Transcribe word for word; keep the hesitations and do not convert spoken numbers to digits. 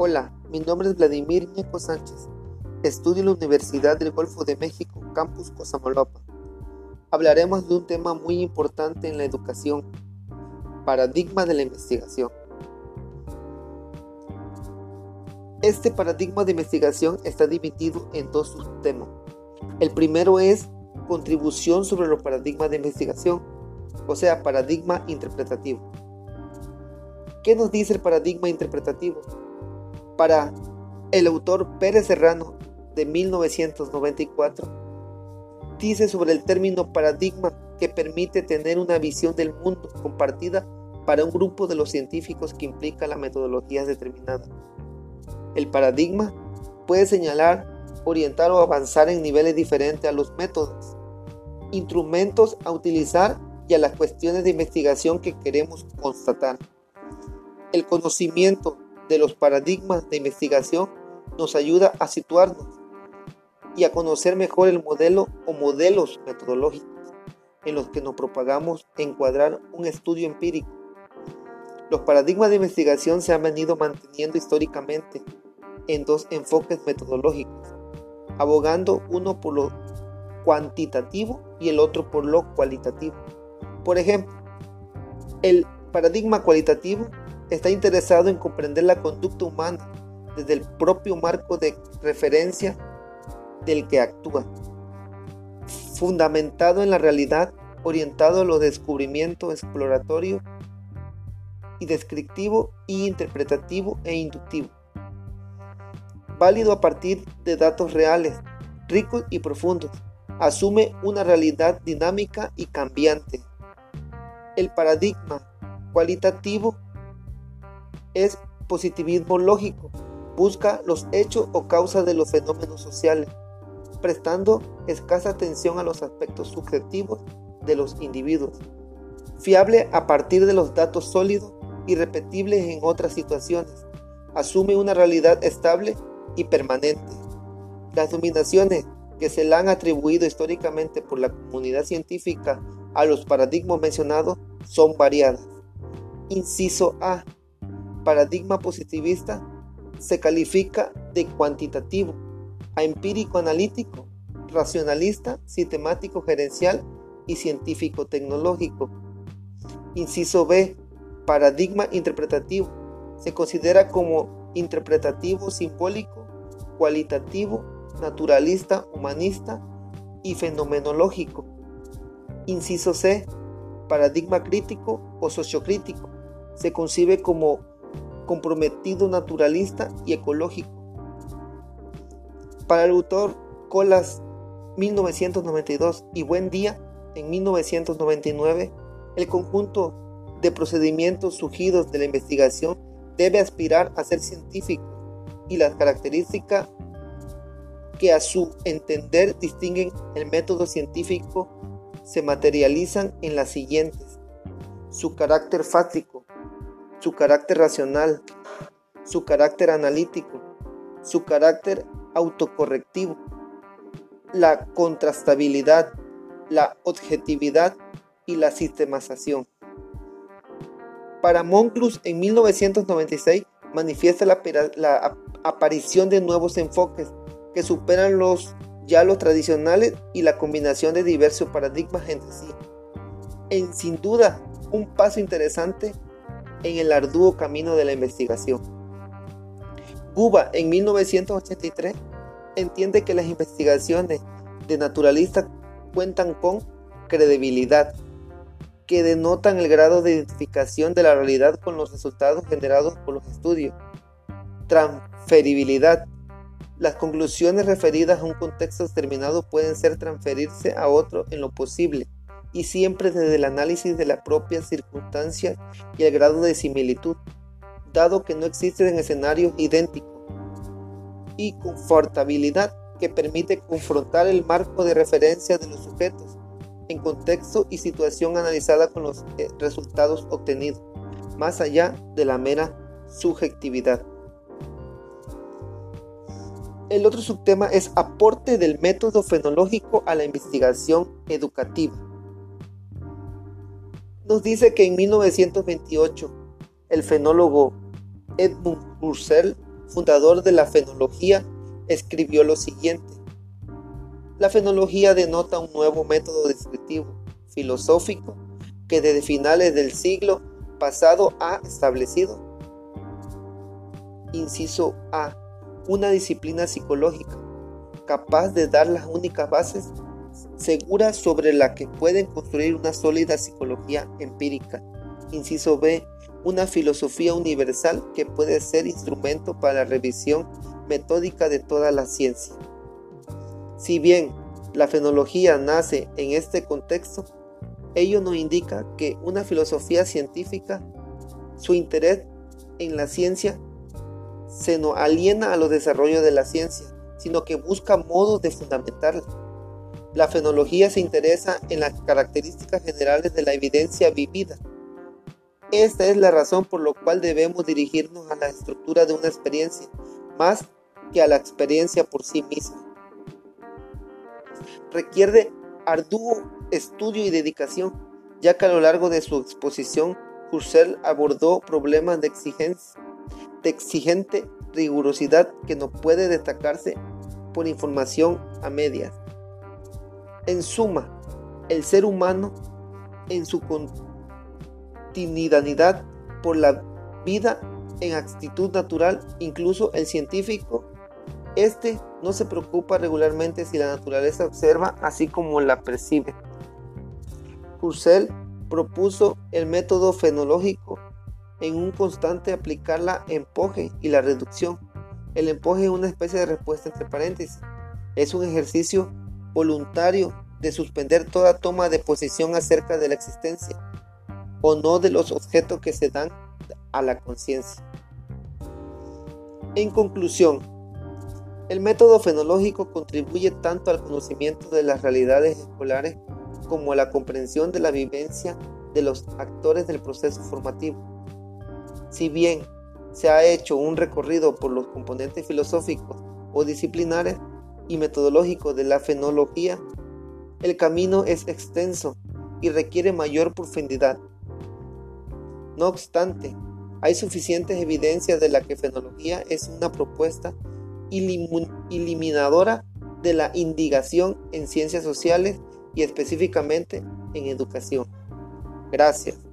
Hola, mi nombre es Vladimir Ñeco Sánchez. Estudio en la Universidad del Golfo de México, Campus Cosamaloapan. Hablaremos de un tema muy importante en la educación: paradigma de la investigación. Este paradigma de investigación está dividido en dos subtemas. El primero es contribución sobre los paradigmas de investigación, o sea, paradigma interpretativo. ¿Qué nos dice el paradigma interpretativo? Para el autor Pérez Serrano, de mil novecientos noventa y cuatro, dice sobre el término paradigma que permite tener una visión del mundo compartida para un grupo de los científicos que implica la metodología determinada. El paradigma puede señalar, orientar o avanzar en niveles diferentes a los métodos, instrumentos a utilizar y a las cuestiones de investigación que queremos constatar. El conocimiento de los paradigmas de investigación nos ayuda a situarnos y a conocer mejor el modelo o modelos metodológicos en los que nos propagamos encuadrar un estudio empírico. Los paradigmas de investigación se han venido manteniendo históricamente en dos enfoques metodológicos, abogando uno por lo cuantitativo y el otro por lo cualitativo. Por ejemplo, el paradigma cualitativo está interesado en comprender la conducta humana desde el propio marco de referencia del que actúa, fundamentado en la realidad, orientado a los descubrimientos exploratorio y descriptivo y interpretativo e inductivo, válido a partir de datos reales, ricos y profundos, asume una realidad dinámica y cambiante. El paradigma cualitativo es positivismo lógico, busca los hechos o causas de los fenómenos sociales, prestando escasa atención a los aspectos subjetivos de los individuos, fiable a partir de los datos sólidos y repetibles en otras situaciones, asume una realidad estable y permanente. Las dominaciones que se le han atribuido históricamente por la comunidad científica a los paradigmas mencionados son variadas. Inciso A. Paradigma positivista se califica de cuantitativo a empírico analítico, racionalista, sistemático gerencial y científico tecnológico. Inciso B. Paradigma interpretativo se considera como interpretativo simbólico, cualitativo, naturalista, humanista y fenomenológico. Inciso C. Paradigma crítico o sociocrítico se concibe como comprometido, naturalista y ecológico. Para el autor Colas mil novecientos noventa y dos y Buendía en mil novecientos noventa y nueve, el conjunto de procedimientos surgidos de la investigación debe aspirar a ser científico, y las características que a su entender distinguen el método científico se materializan en las siguientes: su carácter fáctico, su carácter racional, su carácter analítico, su carácter autocorrectivo, la contrastabilidad, la objetividad y la sistematización. Para Monclús en mil novecientos noventa y seis manifiesta la, la aparición de nuevos enfoques que superan los ya los tradicionales y la combinación de diversos paradigmas entre sí, en sin duda un paso interesante en el arduo camino de la investigación. Guba en mil novecientos ochenta y tres entiende que las investigaciones de naturalistas cuentan con credibilidad, que denotan el grado de identificación de la realidad con los resultados generados por los estudios. Transferibilidad. Las conclusiones referidas a un contexto determinado pueden ser transferirse a otro en lo posible, y siempre desde el análisis de las propias circunstancias y el grado de similitud, dado que no existen escenarios idénticos. Y confortabilidad, que permite confrontar el marco de referencia de los sujetos en contexto y situación analizada con los resultados obtenidos, más allá de la mera subjetividad. El otro subtema es aporte del método fenológico a la investigación educativa. Nos dice que en mil novecientos veintiocho el fenólogo Edmund Purcell fundador de la fenología, escribió lo siguiente: la fenología denota un nuevo método descriptivo, filosófico, que desde finales del siglo pasado ha establecido, inciso A, una disciplina psicológica capaz de dar las únicas bases seguras sobre las que pueden construir una sólida psicología empírica, inciso B, una filosofía universal que puede ser instrumento para la revisión metódica de toda la ciencia. Si bien la fenología nace en este contexto, ello no indica que una filosofía científica, su interés en la ciencia, se no aliena a los desarrollos de la ciencia, sino que busca modos de fundamentarla. La fenología se interesa en las características generales de la evidencia vivida. Esta es la razón por la cual debemos dirigirnos a la estructura de una experiencia, más que a la experiencia por sí misma. Requiere arduo estudio y dedicación, ya que a lo largo de su exposición, Husserl abordó problemas de exigencia, de exigente rigurosidad que no puede destacarse por información a medias. En suma, el ser humano, en su continuidad por la vida en actitud natural, incluso el científico, este no se preocupa regularmente si la naturaleza observa así como la percibe. Husserl propuso el método fenológico en un constante aplicar la empuje y la reducción. El empuje es una especie de respuesta entre paréntesis. Es un ejercicio voluntario de suspender toda toma de posición acerca de la existencia o no de los objetos que se dan a la conciencia. En conclusión, el método fenológico contribuye tanto al conocimiento de las realidades escolares como a la comprensión de la vivencia de los actores del proceso formativo. Si bien se ha hecho un recorrido por los componentes filosóficos o disciplinares y metodológicos de la fenología, el camino es extenso y requiere mayor profundidad. No obstante, hay suficientes evidencias de la que fenología es una propuesta eliminadora de la indagación en ciencias sociales y específicamente en educación. Gracias.